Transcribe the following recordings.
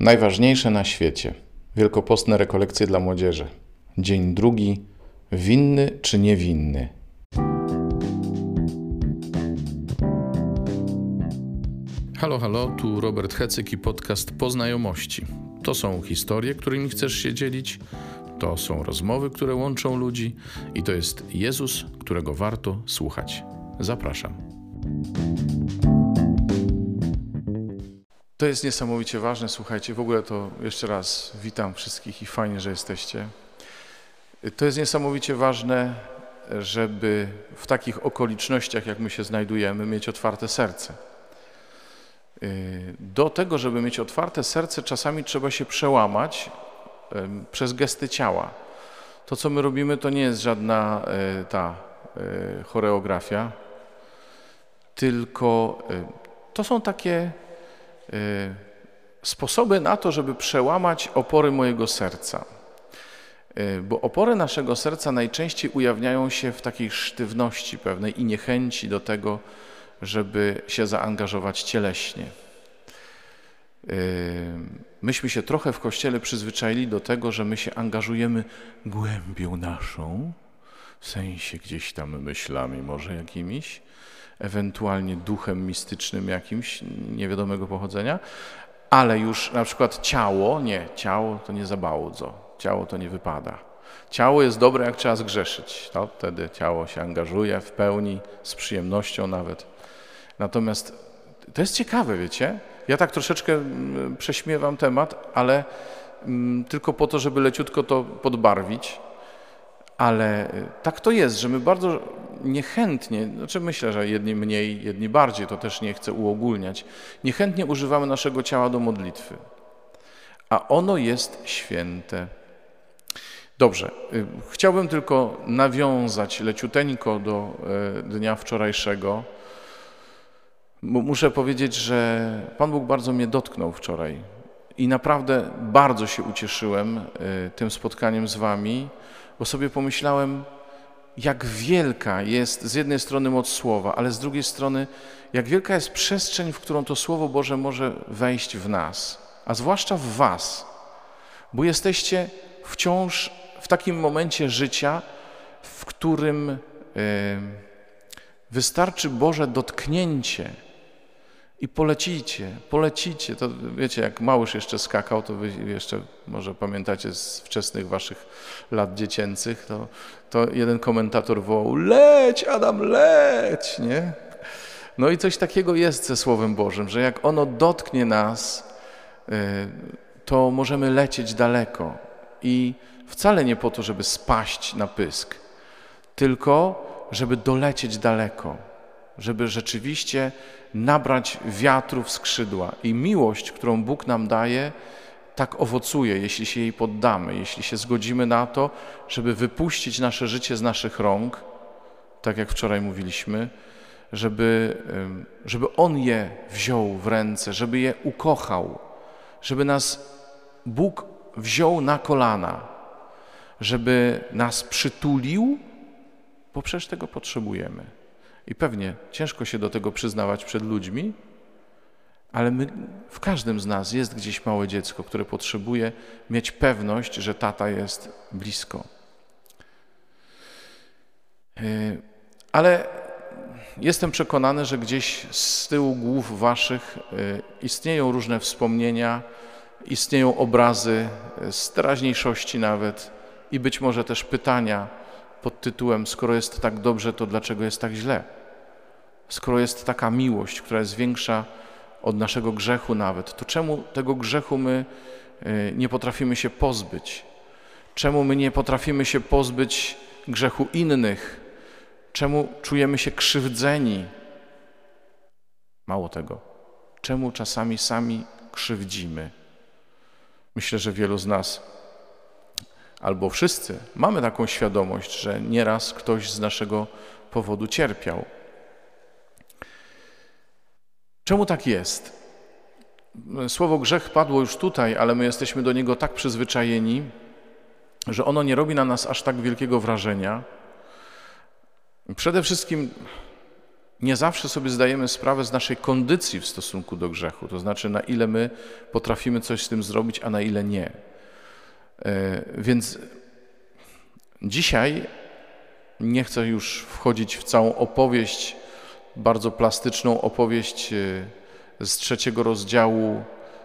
Najważniejsze na świecie. Wielkopostne rekolekcje dla młodzieży. Dzień drugi. Winny czy niewinny? Halo, tu Robert Hecyk i podcast Poznajomości. To są historie, którymi chcesz się dzielić, to są rozmowy, które łączą ludzi i to jest Jezus, którego warto słuchać. Zapraszam. To jest niesamowicie ważne, słuchajcie, w ogóle to jeszcze raz witam wszystkich i fajnie, że jesteście. To jest niesamowicie ważne, żeby w takich okolicznościach, jak my się znajdujemy, mieć otwarte serce. Do tego, żeby mieć otwarte serce, czasami trzeba się przełamać przez gesty ciała. To, co my robimy, to nie jest żadna choreografia, tylko to są takie sposoby na to, żeby przełamać opory mojego serca. Bo opory naszego serca najczęściej ujawniają się w takiej sztywności pewnej i niechęci do tego, żeby się zaangażować cieleśnie. Myśmy się trochę w Kościele przyzwyczaili do tego, że my się angażujemy głębią naszą, w sensie gdzieś tam myślami może jakimiś, ewentualnie duchem mistycznym jakimś, niewiadomego pochodzenia, ale już na przykład ciało to nie za bardzo, ciało to nie wypada. Ciało jest dobre, jak trzeba zgrzeszyć, to wtedy ciało się angażuje w pełni, z przyjemnością nawet. Natomiast to jest ciekawe, wiecie, ja tak troszeczkę prześmiewam temat, ale tylko po to, żeby leciutko to podbarwić, ale tak to jest, że my bardzo niechętnie, znaczy myślę, że jedni mniej, jedni bardziej, to też nie chcę uogólniać, niechętnie używamy naszego ciała do modlitwy, a ono jest święte. Dobrze, chciałbym tylko nawiązać leciuteńko do dnia wczorajszego. Muszę powiedzieć, że Pan Bóg bardzo mnie dotknął wczoraj i naprawdę bardzo się ucieszyłem tym spotkaniem z wami, bo sobie pomyślałem, jak wielka jest z jednej strony moc Słowa, ale z drugiej strony, jak wielka jest przestrzeń, w którą to Słowo Boże może wejść w nas, a zwłaszcza w was, bo jesteście wciąż w takim momencie życia, w którym wystarczy Boże dotknięcie i polecicie. To wiecie, jak Małysz jeszcze skakał, to wy jeszcze może pamiętacie z wczesnych waszych lat dziecięcych, to jeden komentator wołał: leć, Adam, leć, nie? No i coś takiego jest ze Słowem Bożym, że jak ono dotknie nas, to możemy lecieć daleko i wcale nie po to, żeby spaść na pysk, tylko żeby dolecieć daleko, żeby rzeczywiście nabrać wiatru w skrzydła. I miłość, którą Bóg nam daje, tak owocuje, jeśli się jej poddamy, jeśli się zgodzimy na to, żeby wypuścić nasze życie z naszych rąk, tak jak wczoraj mówiliśmy, żeby On je wziął w ręce, żeby je ukochał, żeby nas Bóg wziął na kolana, żeby nas przytulił, bo przecież tego potrzebujemy. I pewnie ciężko się do tego przyznawać przed ludźmi, ale w każdym z nas jest gdzieś małe dziecko, które potrzebuje mieć pewność, że tata jest blisko. Ale jestem przekonany, że gdzieś z tyłu głów waszych istnieją różne wspomnienia, istnieją obrazy z teraźniejszości nawet i być może też pytania pod tytułem: skoro jest tak dobrze, to dlaczego jest tak źle? Skoro jest taka miłość, która jest większa od naszego grzechu nawet, to czemu tego grzechu my nie potrafimy się pozbyć? Czemu my nie potrafimy się pozbyć grzechu innych? Czemu czujemy się krzywdzeni? Mało tego, czemu czasami sami krzywdzimy? Myślę, że wielu z nas, albo wszyscy, mamy taką świadomość, że nieraz ktoś z naszego powodu cierpiał. Czemu tak jest? Słowo grzech padło już tutaj, ale my jesteśmy do niego tak przyzwyczajeni, że ono nie robi na nas aż tak wielkiego wrażenia. Przede wszystkim nie zawsze sobie zdajemy sprawę z naszej kondycji w stosunku do grzechu, to znaczy na ile my potrafimy coś z tym zrobić, a na ile nie. Więc dzisiaj nie chcę już wchodzić w całą opowieść, bardzo plastyczną opowieść z 3 rozdziału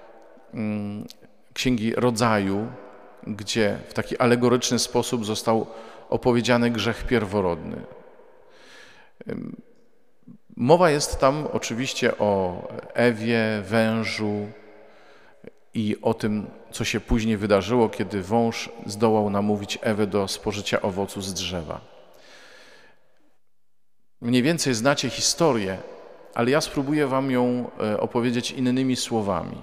Księgi Rodzaju, gdzie w taki alegoryczny sposób został opowiedziany grzech pierworodny. Mowa jest tam oczywiście o Ewie, wężu i o tym, co się później wydarzyło, kiedy wąż zdołał namówić Ewę do spożycia owocu z drzewa. Mniej więcej znacie historię, ale ja spróbuję wam ją opowiedzieć innymi słowami.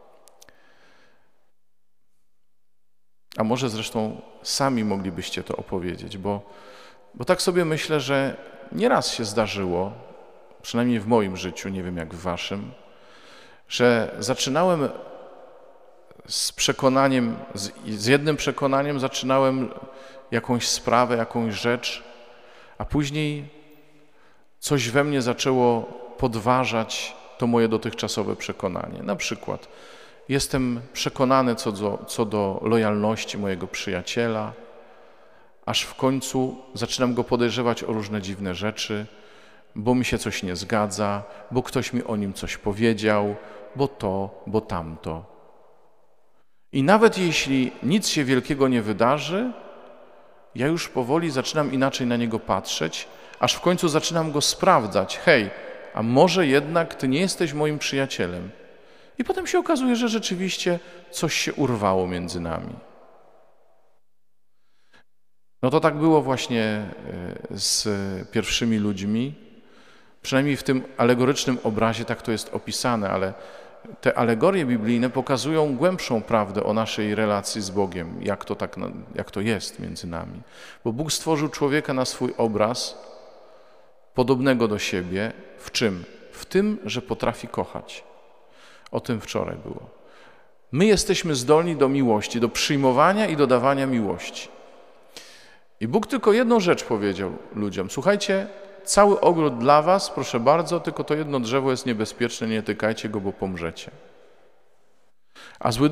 A może zresztą sami moglibyście to opowiedzieć, bo tak sobie myślę, że nieraz się zdarzyło, przynajmniej w moim życiu, nie wiem jak w waszym, że zaczynałem z przekonaniem, z jednym przekonaniem zaczynałem jakąś sprawę, jakąś rzecz, a później coś we mnie zaczęło podważać to moje dotychczasowe przekonanie. Na przykład jestem przekonany co do lojalności mojego przyjaciela, aż w końcu zaczynam go podejrzewać o różne dziwne rzeczy, bo mi się coś nie zgadza, bo ktoś mi o nim coś powiedział, bo to, bo tamto. I nawet jeśli nic się wielkiego nie wydarzy, ja już powoli zaczynam inaczej na niego patrzeć, aż w końcu zaczynam go sprawdzać. Hej, a może jednak ty nie jesteś moim przyjacielem? I potem się okazuje, że rzeczywiście coś się urwało między nami. No to tak było właśnie z pierwszymi ludźmi. Przynajmniej w tym alegorycznym obrazie tak to jest opisane, ale te alegorie biblijne pokazują głębszą prawdę o naszej relacji z Bogiem, jak to jest między nami. Bo Bóg stworzył człowieka na swój obraz, podobnego do siebie. W czym? W tym, że potrafi kochać. O tym wczoraj było. My jesteśmy zdolni do miłości, do przyjmowania i do dawania miłości. I Bóg tylko jedną rzecz powiedział ludziom. Słuchajcie, cały ogród dla was, proszę bardzo, tylko to jedno drzewo jest niebezpieczne, nie tykajcie go, bo pomrzecie. A zły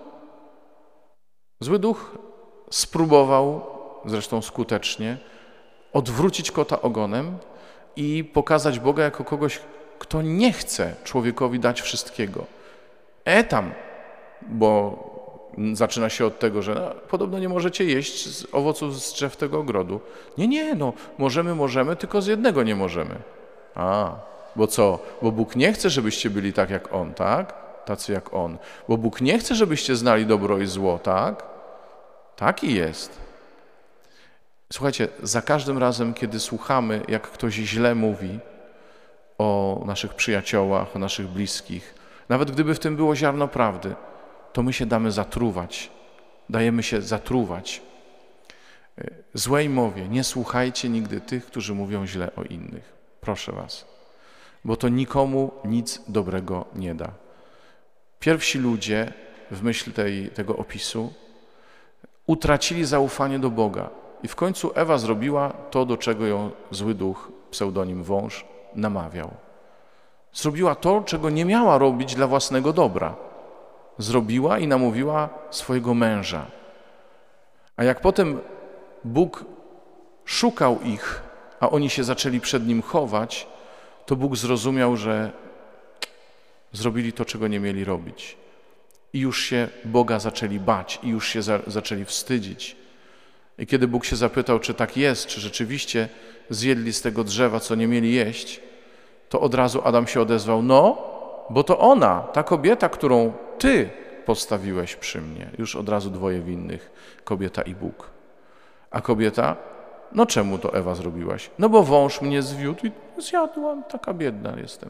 duch spróbował, zresztą skutecznie, odwrócić kota ogonem i pokazać Boga jako kogoś, kto nie chce człowiekowi dać wszystkiego. Tam, bo zaczyna się od tego, że podobno nie możecie jeść z owoców z drzew tego ogrodu. Nie, możemy, tylko z jednego nie możemy. Bo co? Bo Bóg nie chce, żebyście byli tak jak On, tak? Tacy jak On. Bo Bóg nie chce, żebyście znali dobro i zło, tak? Taki jest. Słuchajcie, za każdym razem, kiedy słuchamy, jak ktoś źle mówi o naszych przyjaciołach, o naszych bliskich, nawet gdyby w tym było ziarno prawdy, to my się dajemy się zatruwać. Złej mowie, nie słuchajcie nigdy tych, którzy mówią źle o innych. Proszę was, bo to nikomu nic dobrego nie da. Pierwsi ludzie, w myśl tego opisu, utracili zaufanie do Boga i w końcu Ewa zrobiła to, do czego ją zły duch, pseudonim wąż, namawiał. Zrobiła to, czego nie miała robić dla własnego dobra. Zrobiła i namówiła swojego męża. A jak potem Bóg szukał ich, a oni się zaczęli przed Nim chować, to Bóg zrozumiał, że zrobili to, czego nie mieli robić. I już się Boga zaczęli bać i już się zaczęli wstydzić. I kiedy Bóg się zapytał, czy tak jest, czy rzeczywiście zjedli z tego drzewa, co nie mieli jeść, to od razu Adam się odezwał, bo to ona, ta kobieta, którą ty postawiłeś przy mnie. Już od razu dwoje winnych, kobieta i Bóg. A kobieta, czemu to Ewa zrobiłaś? Bo wąż mnie zwiódł i zjadłam, taka biedna jestem.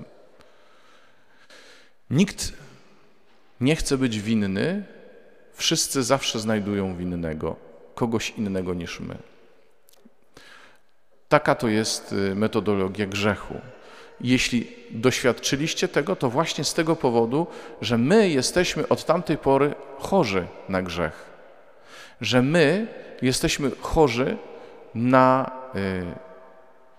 Nikt nie chce być winny, wszyscy zawsze znajdują winnego, kogoś innego niż my. Taka to jest metodologia grzechu. Jeśli doświadczyliście tego, to właśnie z tego powodu, że my jesteśmy od tamtej pory chorzy na grzech. Że my jesteśmy chorzy na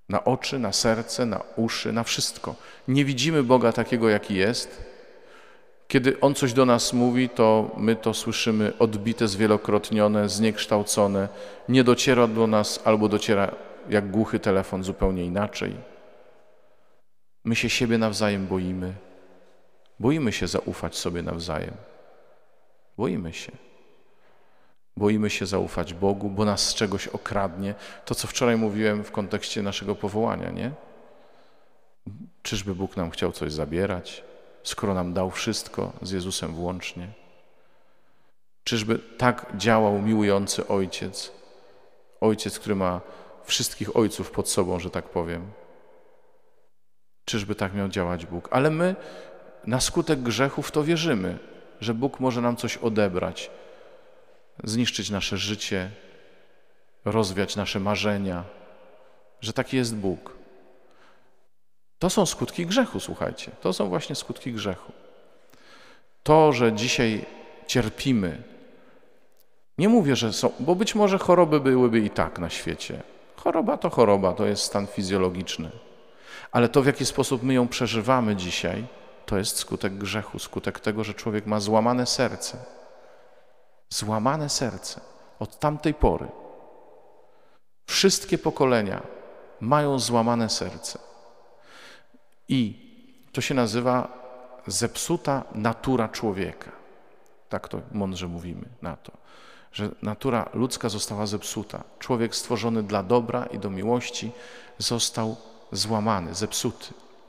Na oczy, na serce, na uszy, na wszystko. Nie widzimy Boga takiego, jaki jest. Kiedy On coś do nas mówi, to my to słyszymy odbite, zwielokrotnione, zniekształcone. Nie dociera do nas albo dociera jak głuchy telefon zupełnie inaczej. My się siebie nawzajem boimy. Boimy się zaufać sobie nawzajem. Boimy się. Boimy się zaufać Bogu, bo nas z czegoś okradnie. To, co wczoraj mówiłem w kontekście naszego powołania, nie? Czyżby Bóg nam chciał coś zabierać, skoro nam dał wszystko, z Jezusem włącznie? Czyżby tak działał miłujący Ojciec? Ojciec, który ma wszystkich ojców pod sobą, że tak powiem. Czyżby tak miał działać Bóg? Ale my na skutek grzechu w to wierzymy, że Bóg może nam coś odebrać, zniszczyć nasze życie, rozwiać nasze marzenia, że taki jest Bóg. To są skutki grzechu, słuchajcie. To są właśnie skutki grzechu. To, że dzisiaj cierpimy, nie mówię, że są, bo być może choroby byłyby i tak na świecie. Choroba, to jest stan fizjologiczny. Ale to, w jaki sposób my ją przeżywamy dzisiaj, to jest skutek grzechu, skutek tego, że człowiek ma złamane serce. Złamane serce. Od tamtej pory. Wszystkie pokolenia mają złamane serce. I to się nazywa zepsuta natura człowieka. Tak to mądrze mówimy na to. Że natura ludzka została zepsuta. Człowiek stworzony dla dobra i do miłości został złamany, zepsuty.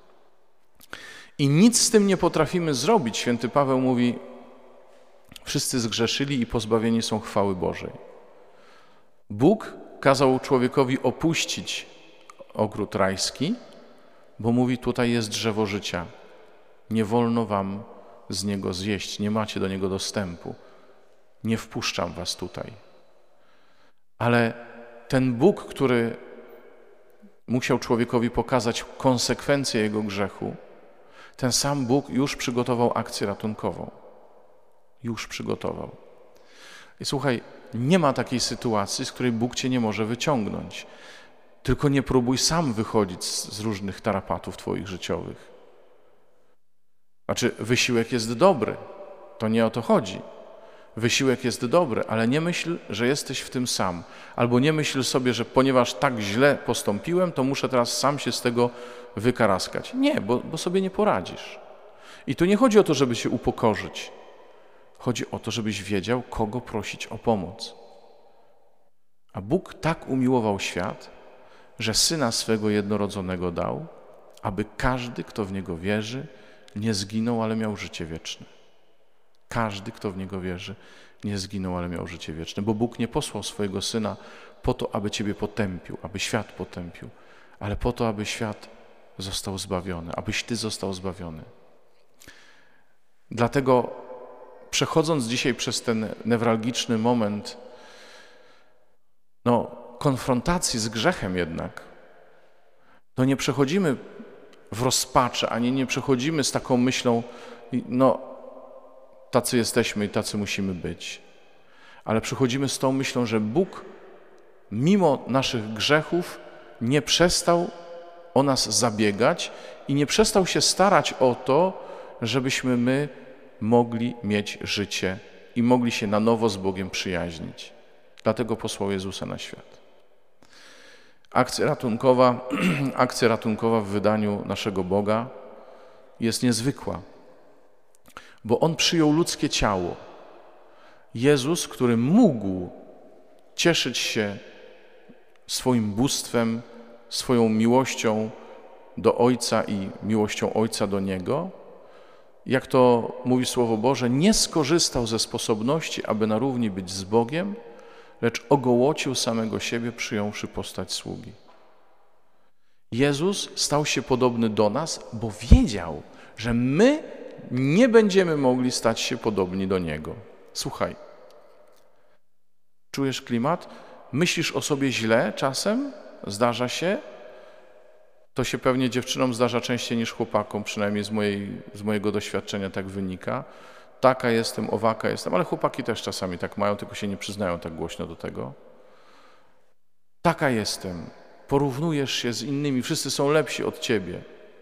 I nic z tym nie potrafimy zrobić. Święty Paweł mówi, wszyscy zgrzeszyli i pozbawieni są chwały Bożej. Bóg kazał człowiekowi opuścić ogród rajski, bo mówi, tutaj jest drzewo życia. Nie wolno wam z niego zjeść, nie macie do niego dostępu. Nie wpuszczam was tutaj. Ale ten Bóg, który musiał człowiekowi pokazać konsekwencje jego grzechu, ten sam Bóg już przygotował akcję ratunkową. Już przygotował. I słuchaj, nie ma takiej sytuacji, z której Bóg cię nie może wyciągnąć. Tylko nie próbuj sam wychodzić z różnych tarapatów twoich życiowych. Znaczy, wysiłek jest dobry. To nie o to chodzi. Wysiłek jest dobry, ale nie myśl, że jesteś w tym sam. Albo nie myśl sobie, że ponieważ tak źle postąpiłem, to muszę teraz sam się z tego wykaraskać. Nie, bo sobie nie poradzisz. I tu nie chodzi o to, żeby się upokorzyć. Chodzi o to, żebyś wiedział, kogo prosić o pomoc. A Bóg tak umiłował świat, że Syna swego jednorodzonego dał, aby każdy, kto w Niego wierzy, nie zginął, ale miał życie wieczne. Każdy, kto w Niego wierzy, nie zginął, ale miał życie wieczne. Bo Bóg nie posłał swojego Syna po to, aby ciebie potępił, aby świat potępił, ale po to, aby świat został zbawiony, abyś ty został zbawiony. Dlatego przechodząc dzisiaj przez ten newralgiczny moment konfrontacji z grzechem jednak, to nie przechodzimy w rozpaczy, ani nie przechodzimy z taką myślą, tacy jesteśmy i tacy musimy być. Ale przychodzimy z tą myślą, że Bóg mimo naszych grzechów nie przestał o nas zabiegać i nie przestał się starać o to, żebyśmy my mogli mieć życie i mogli się na nowo z Bogiem przyjaźnić. Dlatego posłał Jezusa na świat. Akcja ratunkowa w wydaniu naszego Boga jest niezwykła, bo On przyjął ludzkie ciało. Jezus, który mógł cieszyć się swoim bóstwem, swoją miłością do Ojca i miłością Ojca do Niego, jak to mówi Słowo Boże, nie skorzystał ze sposobności, aby na równi być z Bogiem, lecz ogołocił samego siebie, przyjąwszy postać sługi. Jezus stał się podobny do nas, bo wiedział, że my nie będziemy mogli stać się podobni do Niego. Słuchaj, czujesz klimat? Myślisz o sobie źle czasem? Zdarza się? To się pewnie dziewczynom zdarza częściej niż chłopakom, przynajmniej z mojego doświadczenia tak wynika. Taka jestem, owaka jestem, ale chłopaki też czasami tak mają, tylko się nie przyznają tak głośno do tego. Taka jestem. porównujesz się z innymi, wszyscy są lepsi od ciebie.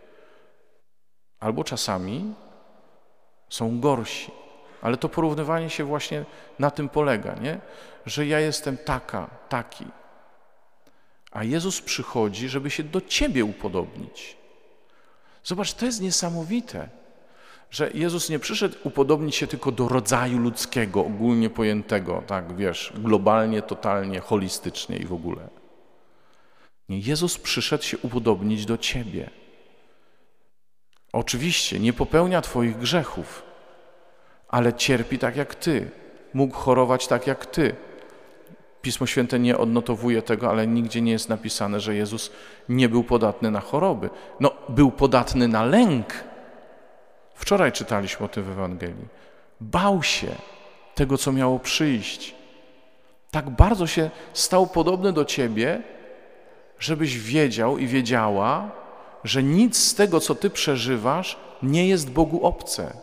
Albo czasami są gorsi. Ale to porównywanie się właśnie na tym polega, nie? Że ja jestem taki. A Jezus przychodzi, żeby się do ciebie upodobnić. Zobacz, to jest niesamowite, że Jezus nie przyszedł upodobnić się tylko do rodzaju ludzkiego, ogólnie pojętego, tak, wiesz, globalnie, totalnie, holistycznie i w ogóle. Nie, Jezus przyszedł się upodobnić do ciebie. Oczywiście nie popełnia twoich grzechów, ale cierpi tak jak ty, mógł chorować tak jak ty. Pismo Święte nie odnotowuje tego, ale nigdzie nie jest napisane, że Jezus nie był podatny na choroby. No, był podatny na lęk. Wczoraj czytaliśmy o tym w Ewangelii. Bał się tego, co miało przyjść. Tak bardzo się stał podobny do ciebie, żebyś wiedział i wiedziała, że nic z tego, co ty przeżywasz, nie jest Bogu obce.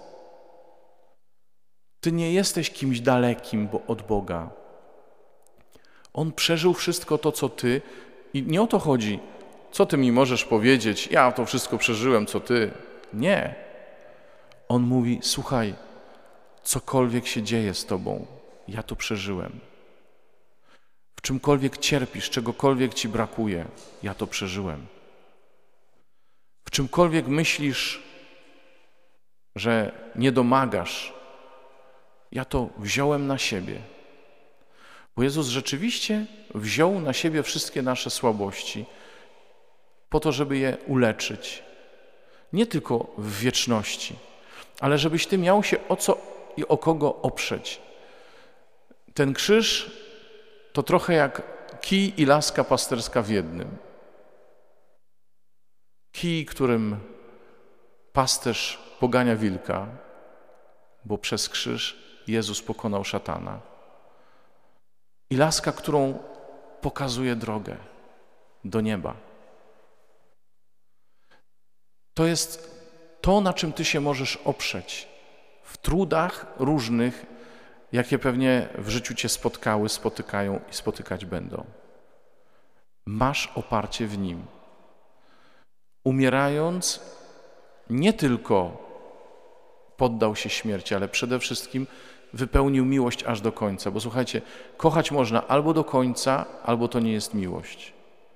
Ty nie jesteś kimś dalekim od Boga. On przeżył wszystko to, co ty. I nie o to chodzi, co ty mi możesz powiedzieć, ja to wszystko przeżyłem, co ty. Nie. On mówi, słuchaj, cokolwiek się dzieje z tobą, ja to przeżyłem. W czymkolwiek cierpisz, czegokolwiek ci brakuje, ja to przeżyłem. W czymkolwiek myślisz, że nie domagasz, ja to wziąłem na siebie. Bo Jezus rzeczywiście wziął na siebie wszystkie nasze słabości po to, żeby je uleczyć. Nie tylko w wieczności, ale żebyś ty miał się o co i o kogo oprzeć. Ten krzyż to trochę jak kij i laska pasterska w jednym. Kij, którym pasterz pogania wilka, bo przez krzyż Jezus pokonał szatana. I laska, którą pokazuje drogę do nieba. To jest to, na czym ty się możesz oprzeć w trudach różnych, jakie pewnie w życiu cię spotkały, spotykają i spotykać będą. Masz oparcie w Nim. Umierając, nie tylko poddał się śmierci, ale przede wszystkim wypełnił miłość aż do końca. Bo słuchajcie, kochać można albo do końca, albo to nie jest miłość.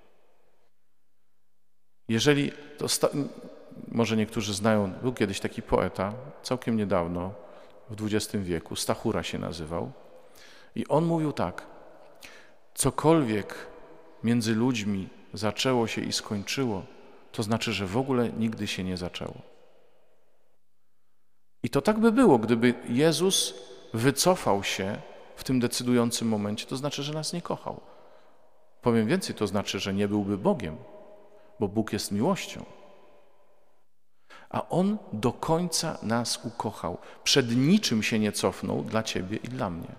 Jeżeli, to może niektórzy znają, był kiedyś taki poeta, całkiem niedawno, w XX wieku, Stachura się nazywał. I on mówił tak, cokolwiek między ludźmi zaczęło się i skończyło, to znaczy, że w ogóle nigdy się nie zaczęło. I to tak by było, gdyby Jezus wycofał się w tym decydującym momencie, to znaczy, że nas nie kochał. Powiem więcej, to znaczy, że nie byłby Bogiem, bo Bóg jest miłością. A On do końca nas ukochał. Przed niczym się nie cofnął dla ciebie i dla mnie.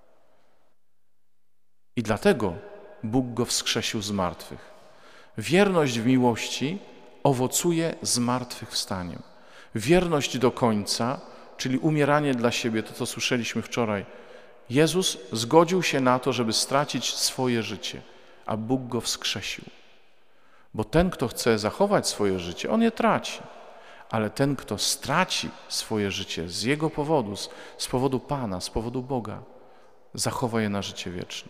I dlatego Bóg Go wskrzesił z martwych. Wierność w miłości owocuje zmartwychwstaniem. Wierność do końca, czyli umieranie dla siebie, to co słyszeliśmy wczoraj. Jezus zgodził się na to, żeby stracić swoje życie, a Bóg Go wskrzesił. Bo ten, kto chce zachować swoje życie, on je traci. Ale ten, kto straci swoje życie z Jego powodu, z powodu Pana, z powodu Boga, zachowa je na życie wieczne.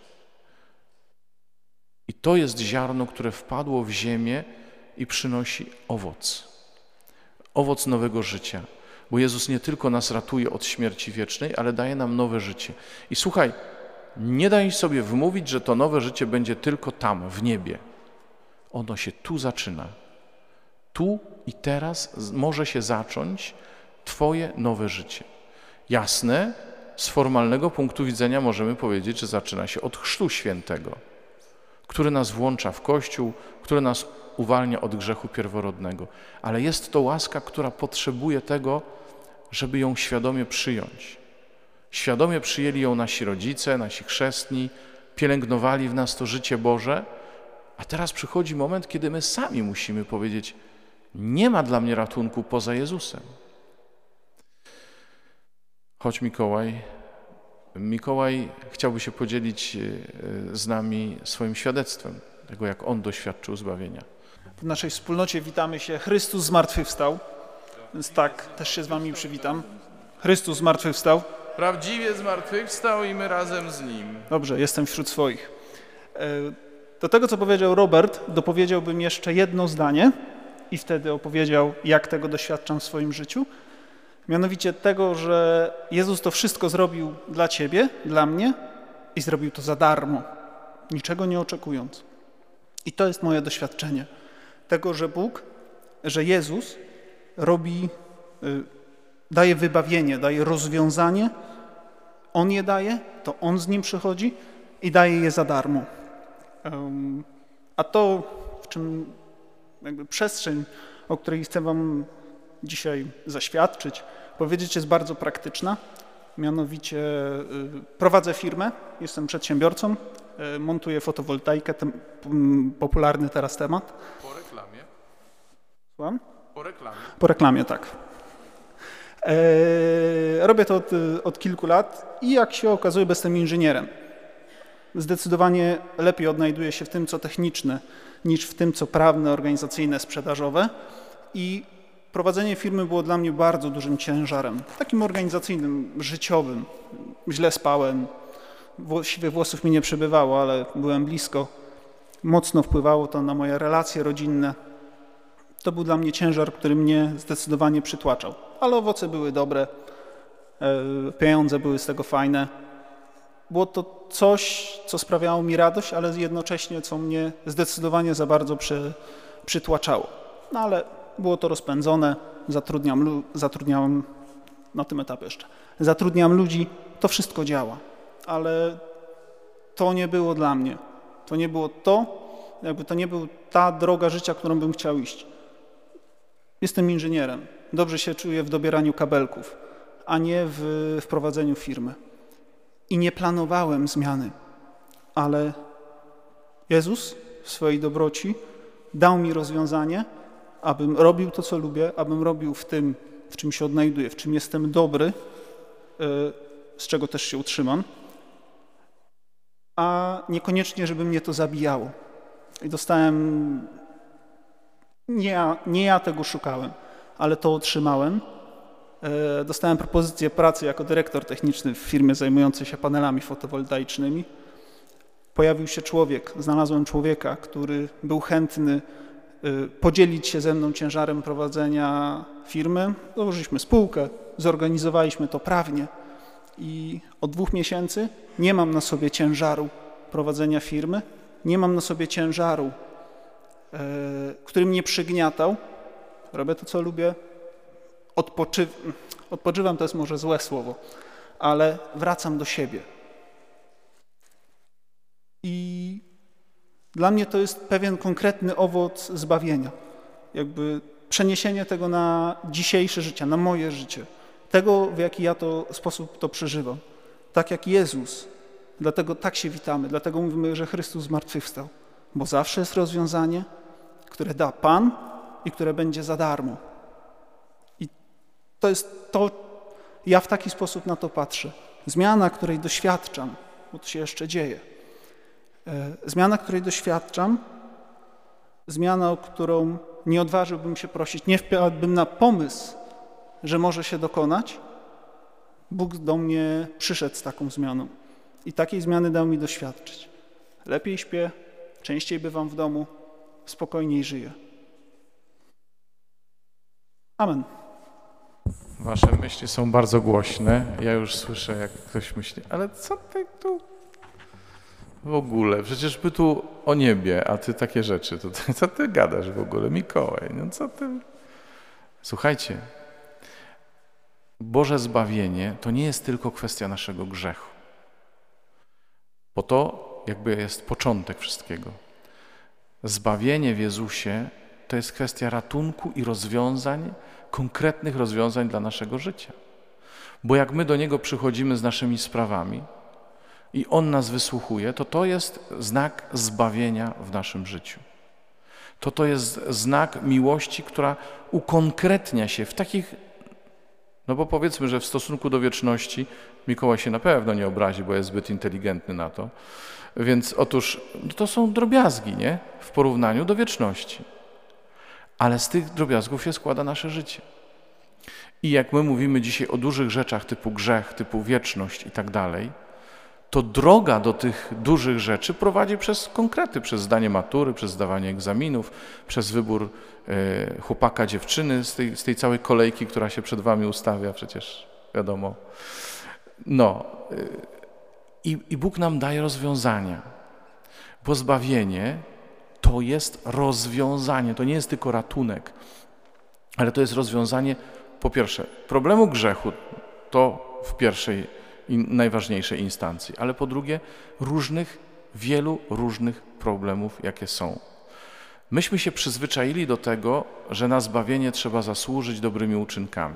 I to jest ziarno, które wpadło w ziemię i przynosi owoc. Owoc nowego życia. Bo Jezus nie tylko nas ratuje od śmierci wiecznej, ale daje nam nowe życie. I słuchaj, nie daj sobie wmówić, że to nowe życie będzie tylko tam, w niebie. Ono się tu zaczyna. Tu i teraz może się zacząć twoje nowe życie. Jasne, z formalnego punktu widzenia możemy powiedzieć, że zaczyna się od Chrztu Świętego, który nas włącza w Kościół, który nas uwalnia od grzechu pierworodnego. Ale jest to łaska, która potrzebuje tego, żeby ją świadomie przyjąć. Świadomie przyjęli ją nasi rodzice, nasi chrzestni, pielęgnowali w nas to życie Boże, a teraz przychodzi moment, kiedy my sami musimy powiedzieć: nie ma dla mnie ratunku poza Jezusem. Chodź Mikołaj. Mikołaj chciałby się podzielić z nami swoim świadectwem. tego jak On doświadczył zbawienia. W naszej wspólnocie witamy się Chrystus zmartwychwstał, więc tak, też się z wami przywitam. Chrystus zmartwychwstał. Prawdziwie zmartwychwstał i my razem z Nim. Dobrze, jestem wśród swoich. Do tego, co powiedział Robert, dopowiedziałbym jeszcze jedno zdanie i wtedy opowiedział, jak tego doświadczam w swoim życiu. Mianowicie tego, że Jezus to wszystko zrobił dla ciebie, dla mnie i zrobił to za darmo, niczego nie oczekując. I to jest moje doświadczenie tego, że Bóg, że Jezus daje wybawienie, daje rozwiązanie, On je daje, to On z Nim przychodzi i daje je za darmo. A to, w czym jakby przestrzeń, o której chcę wam dzisiaj zaświadczyć, powiedzieć, jest bardzo praktyczna. Mianowicie prowadzę firmę, jestem przedsiębiorcą, montuję fotowoltaikę, popularny teraz temat. Po reklamie? Słucham? Po reklamie. Po reklamie, tak. Robię to od kilku lat i jak się okazuje, jestem inżynierem. Zdecydowanie lepiej odnajduję się w tym, co techniczne, niż w tym, co prawne, organizacyjne, sprzedażowe. I prowadzenie firmy było dla mnie bardzo dużym ciężarem, takim organizacyjnym, życiowym. Źle spałem, siwych włosów mi nie przybywało, ale byłem blisko. Mocno wpływało to na moje relacje rodzinne. To był dla mnie ciężar, który mnie zdecydowanie przytłaczał. Ale owoce były dobre, pieniądze były z tego fajne. Było to coś, co sprawiało mi radość, ale jednocześnie, co mnie zdecydowanie za bardzo przytłaczało. No ale było to rozpędzone, zatrudniałem na tym etapie jeszcze. Zatrudniam ludzi, to wszystko działa, ale to nie było dla mnie. To nie było to nie była ta droga życia, którą bym chciał iść. Jestem inżynierem, dobrze się czuję w dobieraniu kabelków, a nie w prowadzeniu firmy. I nie planowałem zmiany, ale Jezus w swojej dobroci dał mi rozwiązanie, abym robił to, co lubię, abym robił w tym, w czym się odnajduję, w czym jestem dobry, z czego też się utrzymam, a niekoniecznie, żeby mnie to zabijało. I dostałem, nie ja tego szukałem, ale to otrzymałem. Dostałem propozycję pracy jako dyrektor techniczny w firmie zajmującej się panelami fotowoltaicznymi. Pojawił się człowiek, znalazłem człowieka, który był chętny podzielić się ze mną ciężarem prowadzenia firmy. Założyliśmy spółkę, zorganizowaliśmy to prawnie i od 2 miesięcy nie mam na sobie ciężaru prowadzenia firmy, nie mam na sobie ciężaru, który mnie przygniatał. Robię to, co lubię. Odpoczywam, to jest może złe słowo, ale wracam do siebie. I dla mnie to jest pewien konkretny owoc zbawienia. Jakby przeniesienie tego na dzisiejsze życie, na moje życie. Tego, w jaki ja sposób to przeżywam. Tak jak Jezus. Dlatego tak się witamy, dlatego mówimy, że Chrystus zmartwychwstał. Bo zawsze jest rozwiązanie, które da Pan i które będzie za darmo. To jest to, ja w taki sposób na to patrzę. Zmiana, której doświadczam, bo to się jeszcze dzieje. Zmiana, której doświadczam, zmiana, o którą nie odważyłbym się prosić, nie wpadłbym na pomysł, że może się dokonać. Bóg do mnie przyszedł z taką zmianą i takiej zmiany dał mi doświadczyć. Lepiej śpię, częściej bywam w domu, spokojniej żyję. Amen. Wasze myśli są bardzo głośne. Ja już słyszę, jak ktoś myśli, ale co ty tu w ogóle? Przecież by tu o niebie, a ty takie rzeczy. Co ty gadasz w ogóle, Mikołaj? No co ty? Słuchajcie, Boże zbawienie to nie jest tylko kwestia naszego grzechu. Bo to jakby jest początek wszystkiego. Zbawienie w Jezusie to jest kwestia ratunku i rozwiązań, konkretnych rozwiązań dla naszego życia. Bo jak my do Niego przychodzimy z naszymi sprawami i On nas wysłuchuje, to jest znak zbawienia w naszym życiu. To jest znak miłości, która ukonkretnia się w takich No bo powiedzmy, że w stosunku do wieczności Mikołaj się na pewno nie obrazi, bo jest zbyt inteligentny na to. Więc otóż to są drobiazgi, nie? W porównaniu do wieczności. Ale z tych drobiazgów się składa nasze życie. I jak my mówimy dzisiaj o dużych rzeczach typu grzech, typu wieczność i tak dalej, to droga do tych dużych rzeczy prowadzi przez konkrety, przez zdanie matury, przez zdawanie egzaminów, przez wybór chłopaka, dziewczyny z tej całej kolejki, która się przed wami ustawia, przecież wiadomo. No i Bóg nam daje rozwiązania, bo zbawienie to jest rozwiązanie, to nie jest tylko ratunek, ale to jest rozwiązanie, po pierwsze, problemu grzechu, to w pierwszej i najważniejszej instancji, ale po drugie wielu różnych problemów, jakie są. Myśmy się przyzwyczaili do tego, że na zbawienie trzeba zasłużyć dobrymi uczynkami,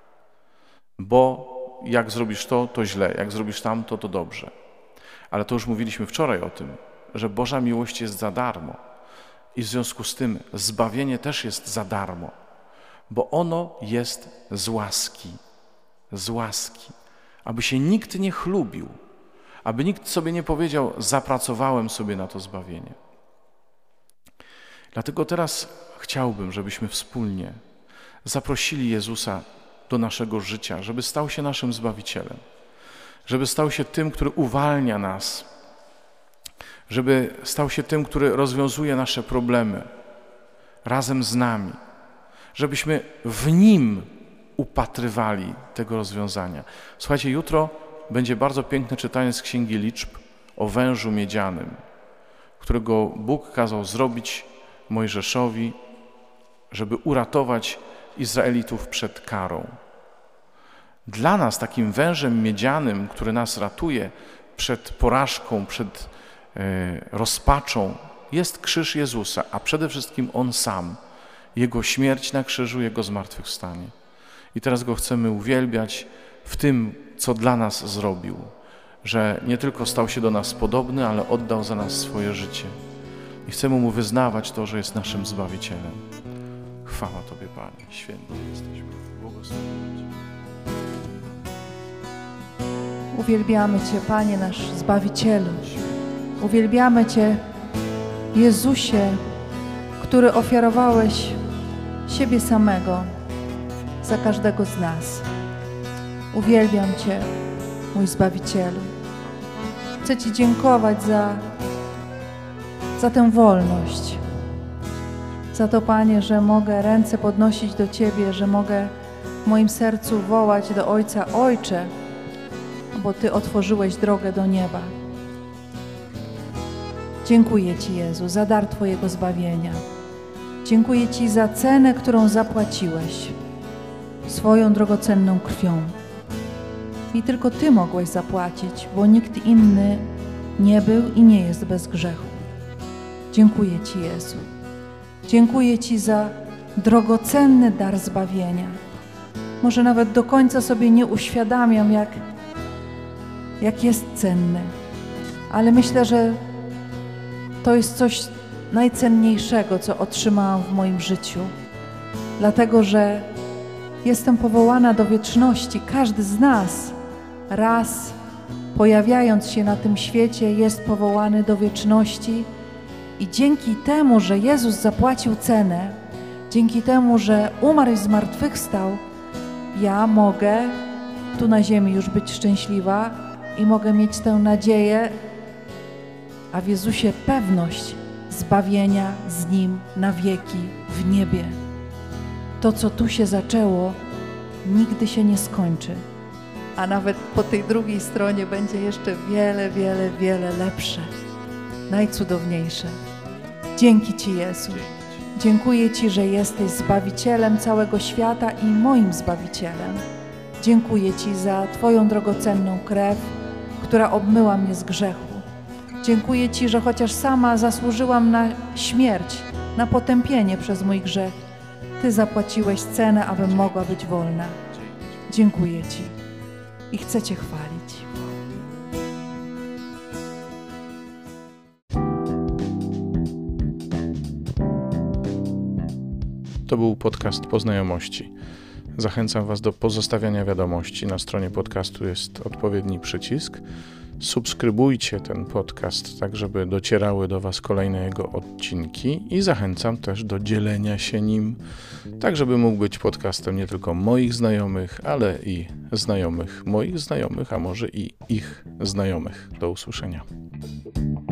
bo jak zrobisz to, to źle, jak zrobisz tamto, to dobrze. Ale to już mówiliśmy wczoraj o tym, że Boża miłość jest za darmo i w związku z tym zbawienie też jest za darmo, bo ono jest z łaski, aby się nikt nie chlubił, aby nikt sobie nie powiedział, zapracowałem sobie na to zbawienie. Dlatego teraz chciałbym, żebyśmy wspólnie zaprosili Jezusa do naszego życia, żeby stał się naszym Zbawicielem, żeby stał się tym, który uwalnia nas, żeby stał się tym, który rozwiązuje nasze problemy razem z nami, żebyśmy w Nim upatrywali tego rozwiązania. Słuchajcie, jutro będzie bardzo piękne czytanie z Księgi Liczb o wężu miedzianym, którego Bóg kazał zrobić Mojżeszowi, żeby uratować Izraelitów przed karą. Dla nas takim wężem miedzianym, który nas ratuje przed porażką, przed rozpaczą, jest krzyż Jezusa, a przede wszystkim On sam, Jego śmierć na krzyżu, Jego zmartwychwstanie. I teraz Go chcemy uwielbiać w tym, co dla nas zrobił, że nie tylko stał się do nas podobny, ale oddał za nas swoje życie. I chcemy Mu wyznawać to, że jest naszym Zbawicielem. Chwała Tobie, Panie, święty jesteś, błogosławiony Cię. Uwielbiamy Cię, Panie, nasz Zbawicielu. Uwielbiamy Cię, Jezusie, który ofiarowałeś siebie samego za każdego z nas. Uwielbiam Cię, mój Zbawicielu. Chcę Ci dziękować za tę wolność. Za to, Panie, że mogę ręce podnosić do Ciebie, że mogę w moim sercu wołać do Ojca: Ojcze, bo Ty otworzyłeś drogę do nieba. Dziękuję Ci, Jezu, za dar Twojego zbawienia. Dziękuję Ci za cenę, którą zapłaciłeś swoją drogocenną krwią. I tylko Ty mogłeś zapłacić, bo nikt inny nie był i nie jest bez grzechu. Dziękuję Ci, Jezu. Dziękuję Ci za drogocenny dar zbawienia. Może nawet do końca sobie nie uświadamiam, jak jest cenny, ale myślę, że to jest coś najcenniejszego, co otrzymałam w moim życiu, dlatego że jestem powołana do wieczności. Każdy z nas raz pojawiając się na tym świecie jest powołany do wieczności i dzięki temu, że Jezus zapłacił cenę, dzięki temu, że umarł i zmartwychwstał, ja mogę tu na ziemi już być szczęśliwa i mogę mieć tę nadzieję, a w Jezusie pewność zbawienia z Nim na wieki w niebie. To, co tu się zaczęło, nigdy się nie skończy, a nawet po tej drugiej stronie będzie jeszcze wiele, wiele, wiele lepsze, najcudowniejsze. Dzięki Ci, Jezu. Dziękuję Ci, że jesteś Zbawicielem całego świata i moim Zbawicielem. Dziękuję Ci za Twoją drogocenną krew, która obmyła mnie z grzechu. Dziękuję Ci, że chociaż sama zasłużyłam na śmierć, na potępienie przez mój grzech, Ty zapłaciłeś cenę, abym mogła być wolna. Dziękuję Ci i chcę Cię chwalić. To był podcast Po Znajomości. Zachęcam Was do pozostawiania wiadomości. Na stronie podcastu jest odpowiedni przycisk. Subskrybujcie ten podcast, tak żeby docierały do Was kolejne jego odcinki i zachęcam też do dzielenia się nim, tak żeby mógł być podcastem nie tylko moich znajomych, ale i znajomych moich znajomych, a może i ich znajomych. Do usłyszenia.